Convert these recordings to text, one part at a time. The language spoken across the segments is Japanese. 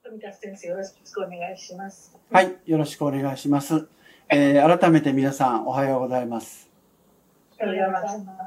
富田先生、よろしくお願いします。 はい、よろしくお願いします。改めて皆さんおはようございます。 おはようございます。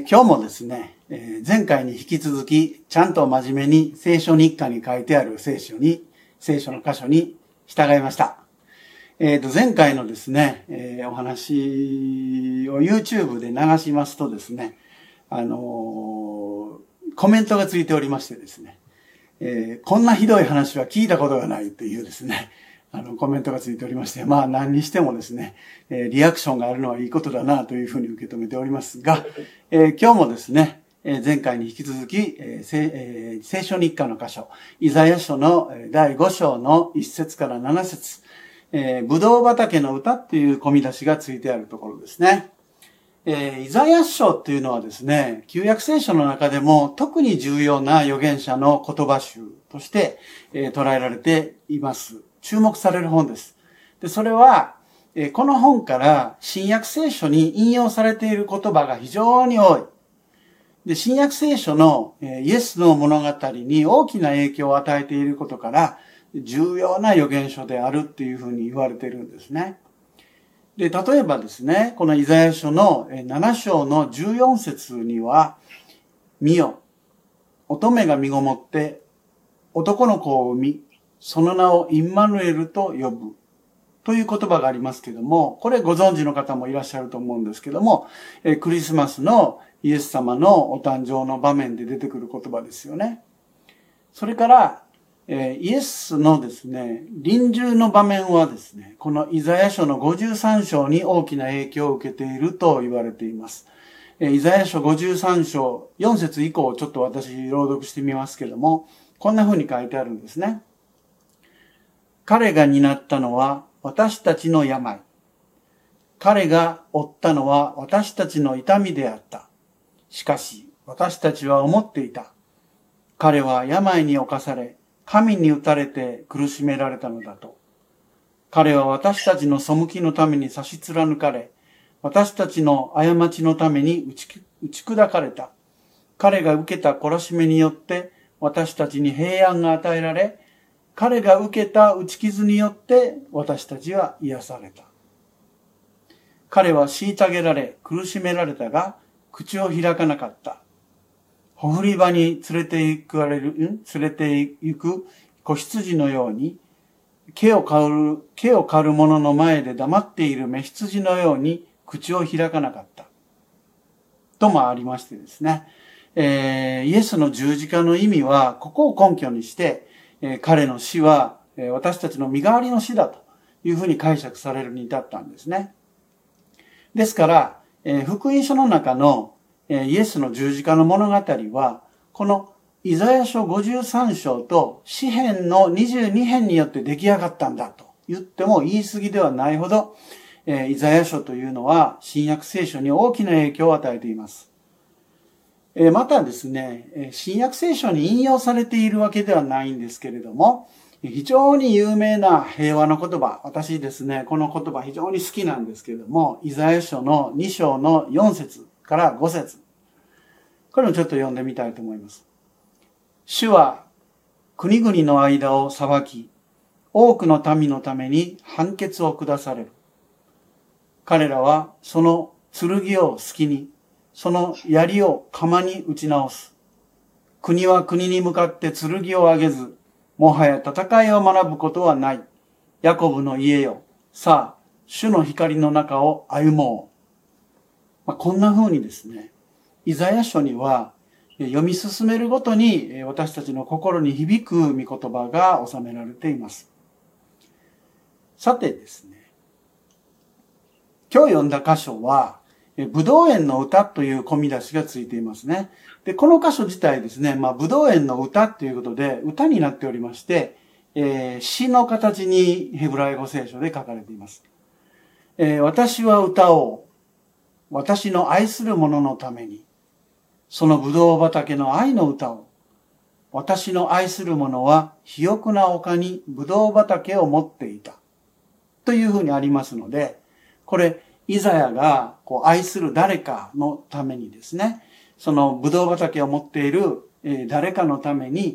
今日もですね、前回に引き続きちゃんと真面目に聖書日課に書いてある聖書の箇所に従いました。前回のですね、お話を YouTube で流しますとですね、コメントがついておりましてですね、こんなひどい話は聞いたことがないというですね、コメントがついておりまして、まあ何にしてもですね、リアクションがあるのはいいことだなというふうに受け止めておりますが、今日もですね、前回に引き続き、聖書日課の箇所、イザヤ書の第5章の1節から7節、ぶどう畑の歌っていう込み出しがついてあるところですね。イザヤ書っていうのはですね、旧約聖書の中でも特に重要な預言者の言葉集として、捉えられています。注目される本です。で、それは、この本から新約聖書に引用されている言葉が非常に多い。で、新約聖書のイエスの物語に大きな影響を与えていることから、重要な預言書であるっていうふうに言われているんですね。で、例えばですね、このイザヤ書の7章の14節には、見よ、乙女が身ごもって男の子を産み、その名をインマヌエルと呼ぶという言葉がありますけども、これご存知の方もいらっしゃると思うんですけども、クリスマスのイエス様のお誕生の場面で出てくる言葉ですよね。それから、イエスのですね、臨終の場面はですね、このイザヤ書の53章に大きな影響を受けていると言われています。イザヤ書53章4節以降をちょっと私朗読してみますけども、こんな風に書いてあるんですね。彼が担ったのは私たちの病。彼が負ったのは私たちの痛みであった。しかし私たちは思っていた。彼は病に侵され、神に打たれて苦しめられたのだと。彼は私たちの背きのために差し貫かれ、私たちの過ちのために打ち砕かれた。彼が受けた懲らしめによって私たちに平安が与えられ、彼が受けた打ち傷によって私たちは癒された。彼は虐げられ苦しめられたが、口を開かなかった。ほふり場に連れて行く子羊のように、毛を刈る者の前で黙っている雌羊のように口を開かなかった。ともありましてですね、イエスの十字架の意味は、ここを根拠にして、彼の死は私たちの身代わりの死だというふうに解釈されるに至ったんですね。ですから、福音書の中のイエスの十字架の物語は、このイザヤ書53章と詩編の22編によって出来上がったんだと言っても言い過ぎではないほど、イザヤ書というのは新約聖書に大きな影響を与えています。またですね、新約聖書に引用されているわけではないんですけれども、非常に有名な平和の言葉、私ですね、この言葉非常に好きなんですけれども、イザヤ書の2章の4節から5節、これをちょっと読んでみたいと思います。主は国々の間を裁き、多くの民のために判決を下される。彼らはその剣を隙に、その槍を鎌に打ち直す。国は国に向かって剣を上げず、もはや戦いを学ぶことはない。ヤコブの家よ。さあ、主の光の中を歩もう。こんな風にですね、イザヤ書には読み進めるごとに私たちの心に響く御言葉が収められています。さてですね、今日読んだ箇所は、ぶどう園の歌という込み出しがついていますね。で、この箇所自体ですね、ぶどう園の歌ということで歌になっておりまして、詩の形にヘブライ語聖書で書かれています。私は歌おう。私の愛する者のために。そのぶどう畑の愛の歌を。私の愛する者は肥沃な丘にぶどう畑を持っていた。というふうにありますので、これ、イザヤが愛する誰かのためにですね、そのブドウ畑を持っている誰かのために、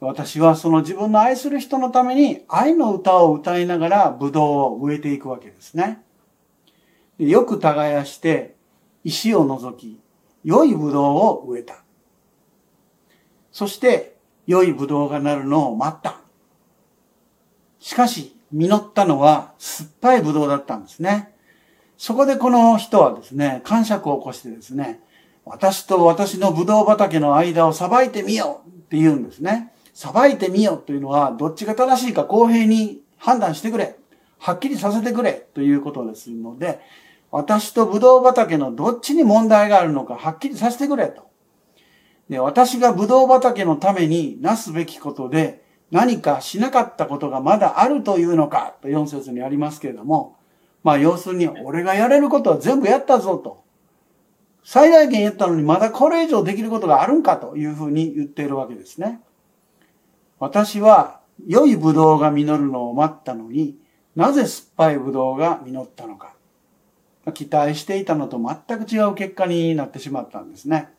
私はその自分の愛する人のために愛の歌を歌いながらブドウを植えていくわけですね。よく耕して石を除き、良いブドウを植えた。そして良いブドウがなるのを待った。しかし実ったのは酸っぱいブドウだったんですね。そこでこの人はですね、癇癪を起こしてですね、私と私のブドウ畑の間を裁いてみようって言うんですね。裁いてみようというのは、どっちが正しいか公平に判断してくれ。はっきりさせてくれということですので、私とブドウ畑のどっちに問題があるのかはっきりさせてくれと。で、私がブドウ畑のためになすべきことで何かしなかったことがまだあるというのかと4節にありますけれども、要するに俺がやれることは全部やったぞと。最大限やったのにまだこれ以上できることがあるんかというふうに言っているわけですね。私は良いブドウが実るのを待ったのになぜ酸っぱいブドウが実ったのか。期待していたのと全く違う結果になってしまったんですね。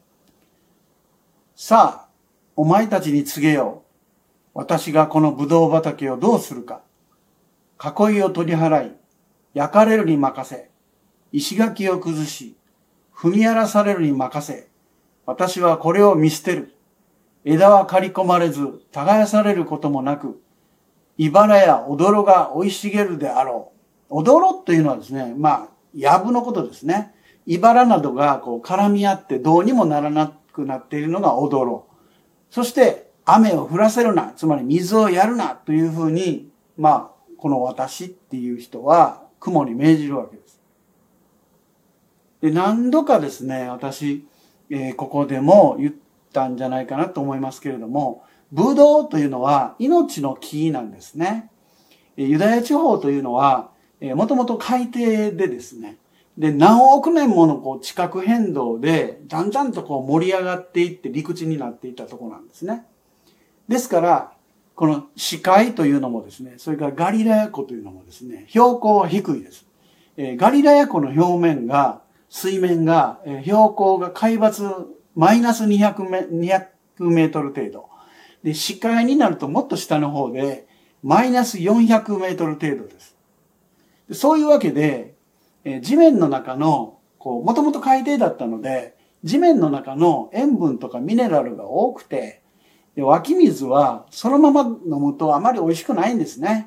さあ、お前たちに告げよう。私がこのブドウ畑をどうするか。囲いを取り払い、焼かれるに任せ、石垣を崩し、踏み荒らされるに任せ、私はこれを見捨てる。枝は刈り込まれず、耕されることもなく、茨やおどろが生い茂るであろう。おどろというのはですね、藪のことですね。茨などが絡み合ってどうにもならなくなっているのがおどろ。そして雨を降らせるな、つまり水をやるなというふうに、この私っていう人は雲に命じるわけです。で、何度かですね、私、ここでも言ったんじゃないかなと思いますけれども、ブドウというのは命の木なんですね。ユダヤ地方というのは、もともと海底でですね、で、何億年もの地殻変動で、だんだんと盛り上がっていって陸地になっていったところなんですね。ですから、この死海というのもですね、それからガリラヤ湖というのもですね、標高は低いです。ガリラヤ湖の表面が、水面が、標高が海抜マイナス200メートル程度。で、死海になるともっと下の方で、マイナス400メートル程度です。そういうわけで、地面の中の、もともと海底だったので、地面の中の塩分とかミネラルが多くて、湧き水はそのまま飲むとあまり美味しくないんですね。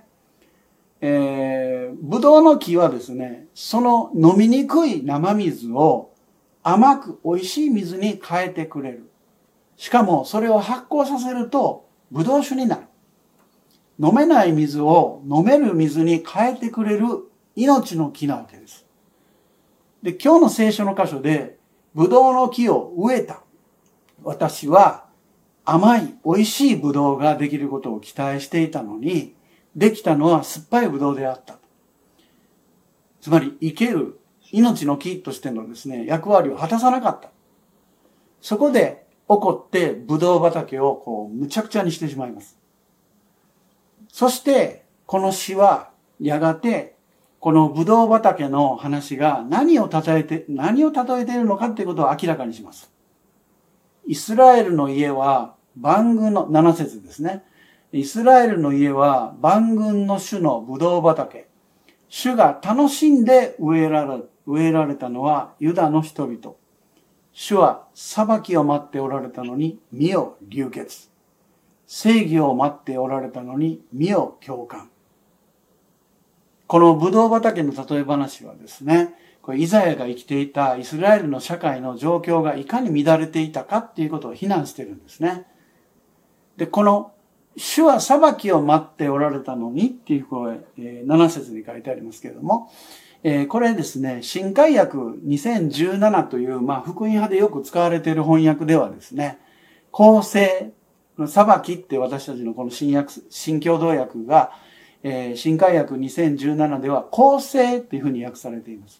ブドウの木はですね、その飲みにくい生水を甘く美味しい水に変えてくれる。しかもそれを発酵させるとブドウ酒になる。飲めない水を飲める水に変えてくれる命の木なわけです。で、今日の聖書の箇所でブドウの木を植えた。私は甘い美味しいブドウができることを期待していたのに、できたのは酸っぱいブドウであった。つまり生ける命の木としてのですね、役割を果たさなかった。そこで怒ってブドウ畑をむちゃくちゃにしてしまいます。そしてこの詩はやがてこのブドウ畑の話が何を例えているのかということを明らかにします。イスラエルの家は万軍の7節ですね。イスラエルの家は万軍の主のブドウ畑。主が楽しんで植えられたのはユダの人々。主は裁きを待っておられたのに身を流血。正義を待っておられたのに身を共感。このブドウ畑の例え話はですね、イザヤが生きていたイスラエルの社会の状況がいかに乱れていたかっていうことを非難しているんですね。で、この主は裁きを待っておられたのにっていう7節に書いてありますけれども、これですね、新海訳2017という福音派でよく使われている翻訳ではですね、公正、裁きって私たちのこの新共同訳が、新海訳2017では公正っていうふうに訳されています。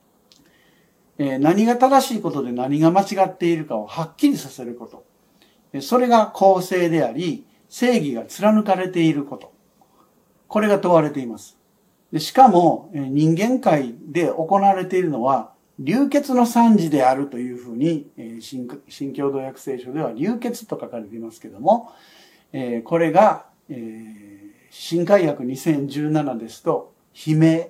何が正しいことで何が間違っているかをはっきりさせること。それが公正であり、正義が貫かれていること。これが問われています。しかも、人間界で行われているのは、流血の惨事であるというふうに、新共同訳聖書では流血と書かれていますけれども、 これが、新海訳2017ですと、悲鳴。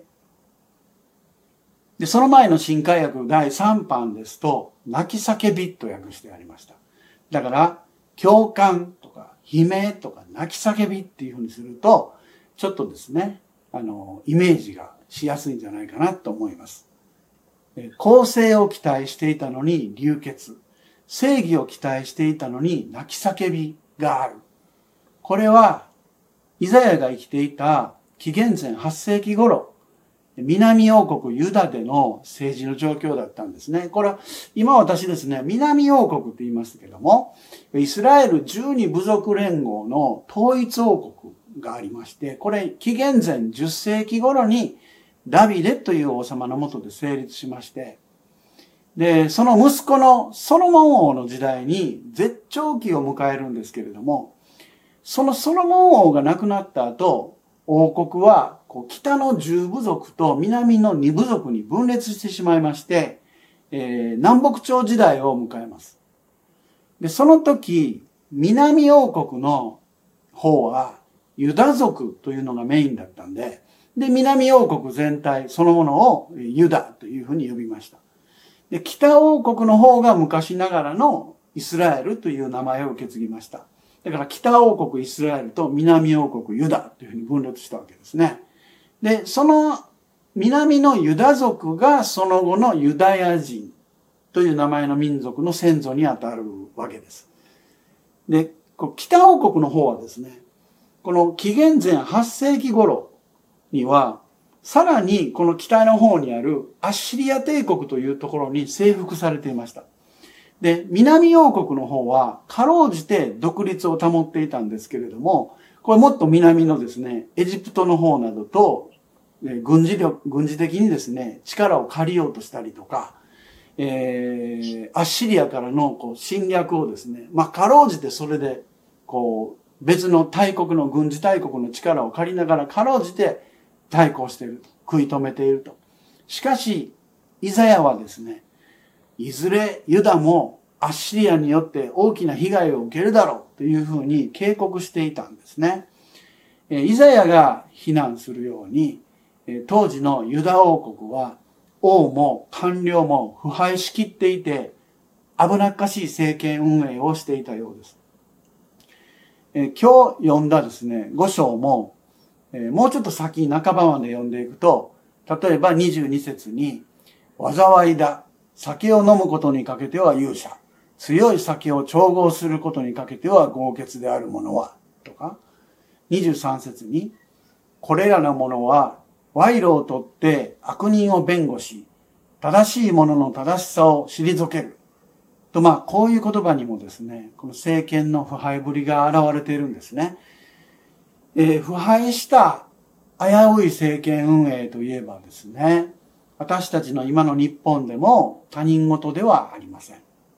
で、その前の新海訳第3版ですと、泣き叫びと訳してありました。だから、共感とか、悲鳴とか、泣き叫びっていうふうにすると、ちょっとですね、イメージがしやすいんじゃないかなと思います。公正を期待していたのに流血。正義を期待していたのに泣き叫びがある。これは、イザヤが生きていた紀元前8世紀頃、南王国ユダでの政治の状況だったんですね。これは、今私ですね、南王国って言いますけども、イスラエル12部族連合の統一王国がありまして、これ、紀元前10世紀頃にダビデという王様の下で成立しまして、で、その息子のソロモン王の時代に絶頂期を迎えるんですけれども、そのソロモン王が亡くなった後、王国は北の10部族と南の2部族に分裂してしまいまして、南北朝時代を迎えます。で、その時、南王国の方はユダ族というのがメインだったんで、で、南王国全体そのものをユダというふうに呼びました。で、北王国の方が昔ながらのイスラエルという名前を受け継ぎました。だから北王国イスラエルと南王国ユダというふうに分裂したわけですね。で、その南のユダ族がその後のユダヤ人という名前の民族の先祖にあたるわけです。で、北王国の方はですね、この紀元前8世紀頃には、さらにこの北の方にあるアッシリア帝国というところに征服されていました。で、南王国の方は、かろうじて独立を保っていたんですけれども、これもっと南のですね、エジプトの方などと、軍事的にですね、力を借りようとしたりとか、アッシリアからの侵略をですね、かろうじてそれで、別の大国の軍事大国の力を借りながら、かろうじて対抗している、食い止めていると。しかし、イザヤはですね、いずれユダもアッシリアによって大きな被害を受けるだろうというふうに警告していたんですね。イザヤが非難するように、当時のユダ王国は王も官僚も腐敗しきっていて危なっかしい政権運営をしていたようです。今日読んだですね、5章も、もうちょっと先半ばまで読んでいくと、例えば22節に、災いだ。酒を飲むことにかけては勇者。強い酒を調合することにかけては豪傑である者は。とか、23節に、これらの者は賄賂を取って悪人を弁護し、正しい者の正しさを退ける。と、こういう言葉にもですね、この政権の腐敗ぶりが現れているんですね。腐敗した危うい政権運営といえばですね、私たちの今の日本でも他人事ではありません。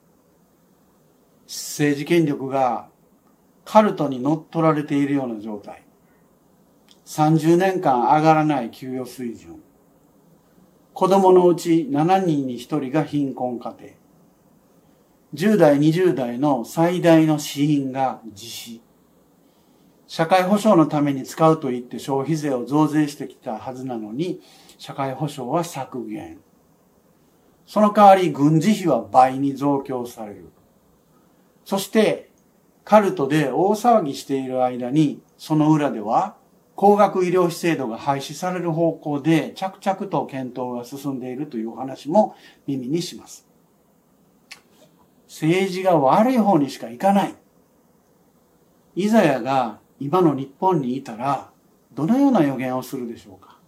政治権力がカルトに乗っ取られているような状態。30年間上がらない給与水準。子供のうち7人に1人が貧困家庭。10代、20代の最大の死因が自死。社会保障のために使うと言って消費税を増税してきたはずなのに、社会保障は削減。その代わり軍事費は倍に増強される。そしてカルトで大騒ぎしている間に、その裏では高額医療費制度が廃止される方向で着々と検討が進んでいるというお話も耳にします。政治が悪い方にしかいかない。イザヤが今の日本にいたらどのような予言をするでしょうか。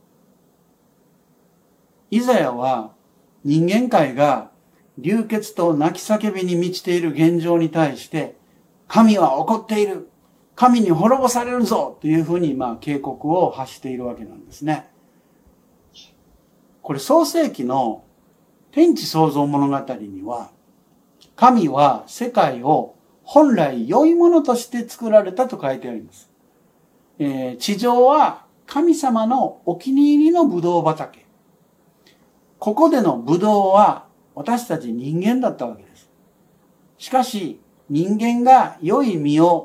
イザヤは人間界が流血と泣き叫びに満ちている現状に対して、神は怒っている。神に滅ぼされるぞというふうに警告を発しているわけなんですね。これ創世記の天地創造物語には、神は世界を本来良いものとして作られたと書いてあります。地上は神様のお気に入りのブドウ畑。ここでのブドウは私たち人間だったわけです。しかし人間が良い実を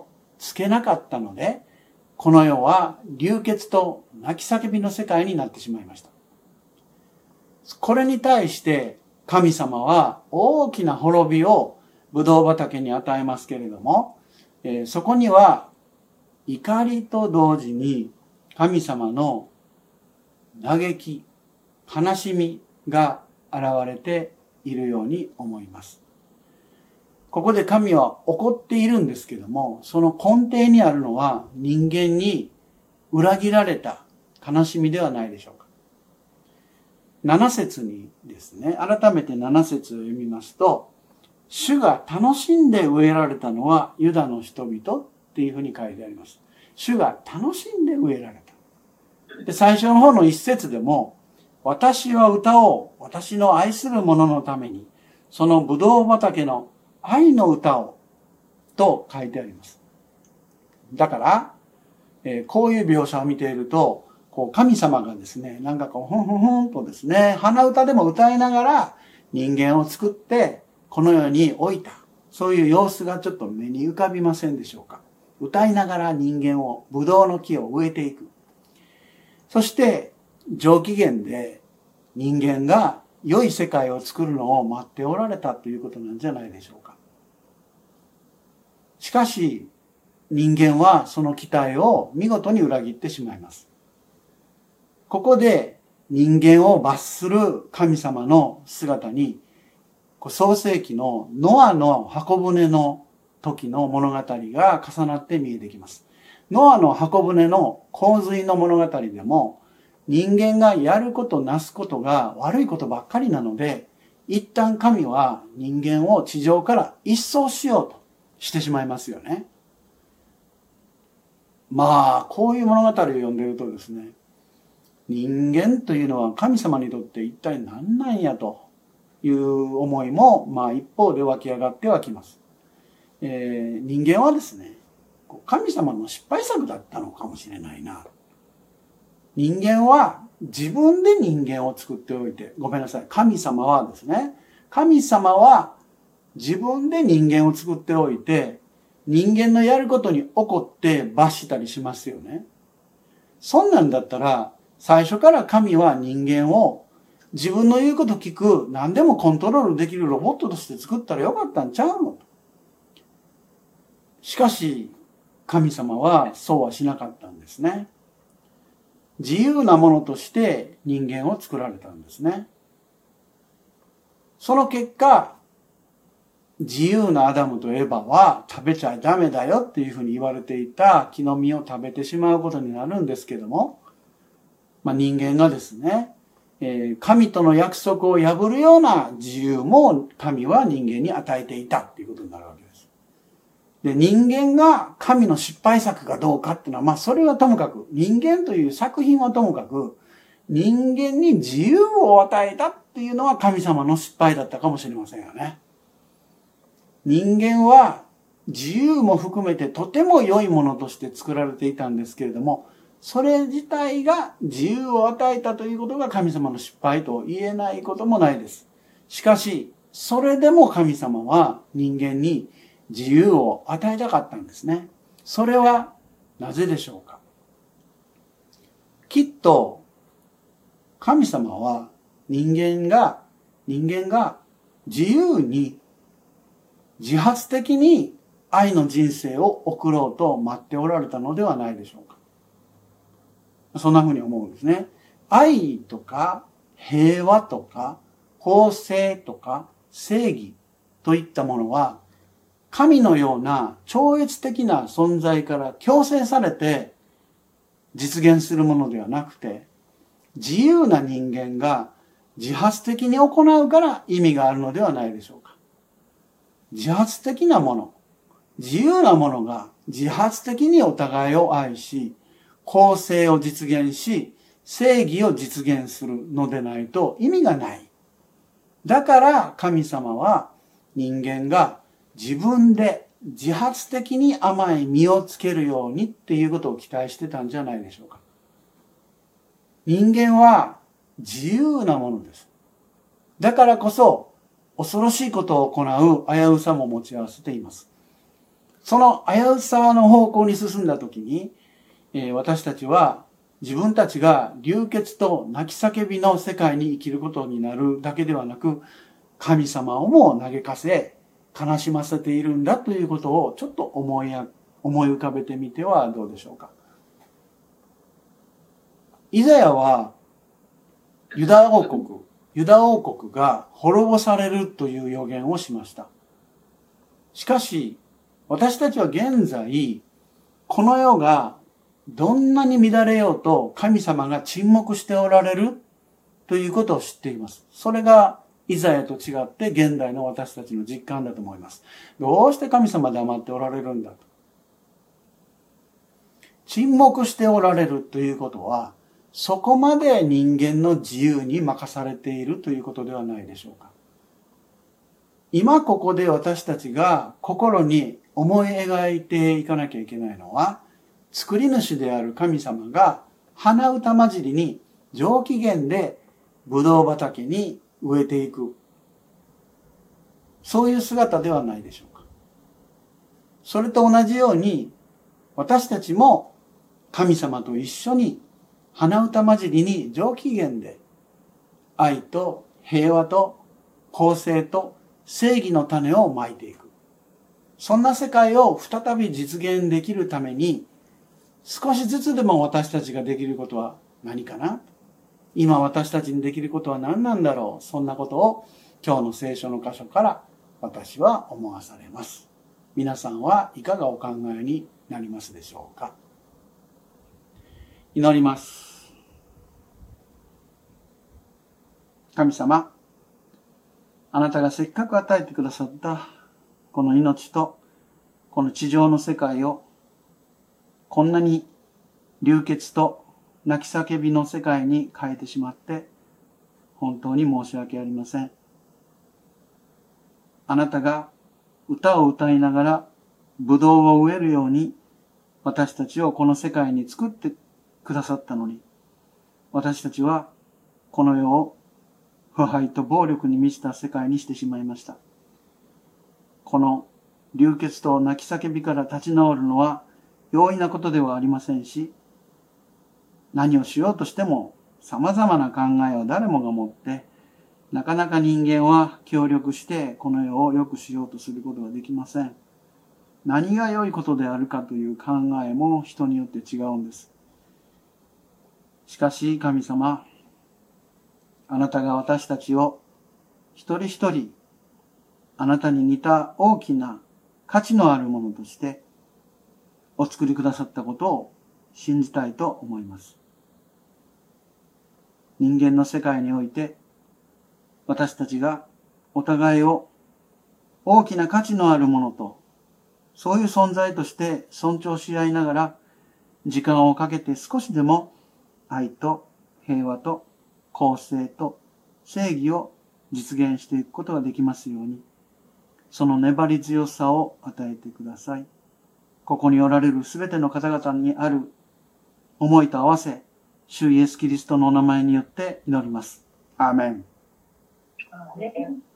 つけなかったので、この世は流血と泣き叫びの世界になってしまいました。これに対して神様は大きな滅びをブドウ畑に与えますけれども、そこには怒りと同時に神様の嘆き、悲しみが現れているように思います。ここで神は怒っているんですけども、その根底にあるのは人間に裏切られた悲しみではないでしょうか。7節にですね、改めて7節を読みますと、主が楽しんで植えられたのはユダの人々っていうふうに書いてあります。主が楽しんで植えられた。で、最初の方の一節でも、私は歌おう、私の愛する者のために、そのブドウ畑の愛の歌を、と書いてあります。だから、こういう描写を見ていると、神様がですね、なんかふんふんふんとですね、鼻歌でも歌いながら人間を作って、この世に置いた。そういう様子がちょっと目に浮かびませんでしょうか。歌いながら人間を、ブドウの木を植えていく。そして、上機嫌で人間が良い世界を作るのを待っておられたということなんじゃないでしょうか。しかし、人間はその期待を見事に裏切ってしまいます。ここで人間を罰する神様の姿に、創世記のノアの箱舟の時の物語が重なって見えてきます。ノアの箱舟の洪水の物語でも、人間がやることなすことが悪いことばっかりなので、一旦神は人間を地上から一掃しようとしてしまいますよね。こういう物語を読んでいるとですね、人間というのは神様にとって一体何なんやという思いも、一方で湧き上がってはきます。人間はですね、神様の失敗作だったのかもしれないな。人間は自分で人間を作っておいて、ごめんなさい。神様はですね、神様は自分で人間を作っておいて、人間のやることに怒って罰したりしますよね。そんなんだったら、最初から神は人間を自分の言うこと聞く、何でもコントロールできるロボットとして作ったらよかったんちゃうのと。しかし、神様はそうはしなかったんですね。自由なものとして人間を作られたんですね。その結果、自由なアダムとエバは食べちゃダメだよっていうふうに言われていた木の実を食べてしまうことになるんですけども、人間がですね、神との約束を破るような自由も神は人間に与えていたっていうことになるわけです。で、人間が神の失敗作かどうかっていうのは、それはともかく、人間という作品はともかく、人間に自由を与えたっていうのは神様の失敗だったかもしれませんよね。人間は自由も含めてとても良いものとして作られていたんですけれども、それ自体が自由を与えたということが神様の失敗と言えないこともないです。しかし、それでも神様は人間に自由を与えたかったんですね。それはなぜでしょうか。きっと神様は人間が自由に自発的に愛の人生を送ろうと待っておられたのではないでしょうか。そんなふうに思うんですね。愛とか平和とか公正とか正義といったものは神のような超越的な存在から強制されて実現するものではなくて、自由な人間が自発的に行うから意味があるのではないでしょうか。自発的なもの、自由なものが自発的にお互いを愛し、公正を実現し、正義を実現するのでないと意味がない。だから神様は人間が自分で自発的に甘い実をつけるようにっていうことを期待してたんじゃないでしょうか。人間は自由なものです。だからこそ恐ろしいことを行う危うさも持ち合わせています。 その危うさの方向に進んだ時に、私たちは自分たちが流血と泣き叫びの世界に生きることになるだけではなく、神様をも嘆かせ、悲しませているんだということをちょっと思い浮かべてみてはどうでしょうか。イザヤはユダ王国が滅ぼされるという予言をしました。しかし、私たちは現在、この世がどんなに乱れようと神様が沈黙しておられるということを知っています。それがイザヤと違って現代の私たちの実感だと思います。どうして神様黙っておられるんだと。沈黙しておられるということは、そこまで人間の自由に任されているということではないでしょうか。今ここで私たちが心に思い描いていかなきゃいけないのは、作り主である神様が鼻歌混じりに上機嫌でブドウ畑に植えていく。そういう姿ではないでしょうか。それと同じように、私たちも神様と一緒に鼻歌混じりに上機嫌で愛と平和と公正と正義の種をまいていく。そんな世界を再び実現できるために、少しずつでも私たちができることは何かな？今私たちにできることは何なんだろう？そんなことを今日の聖書の箇所から私は思わされます。皆さんはいかがお考えになりますでしょうか？祈ります。神様、あなたがせっかく与えてくださったこの命とこの地上の世界をこんなに流血と泣き叫びの世界に変えてしまって本当に申し訳ありません。あなたが歌を歌いながらブドウを植えるように私たちをこの世界に作ってくださったのに、私たちはこの世を腐敗と暴力に満ちた世界にしてしまいました。この流血と泣き叫びから立ち直るのは容易なことではありませんし、何をしようとしても様々な考えを誰もが持って、なかなか人間は協力してこの世を良くしようとすることができません。何が良いことであるかという考えも人によって違うんです。しかし神様、あなたが私たちを一人一人あなたに似た大きな価値のあるものとしてお作りくださったことを信じたいと思います。人間の世界において私たちがお互いを大きな価値のあるものと、そういう存在として尊重し合いながら時間をかけて少しでも愛と平和と公正と正義を実現していくことができますように、その粘り強さを与えてください。ここにおられるすべての方々にある思いと合わせ、主イエスキリストのお名前によって祈ります。アーメン。 アーメン。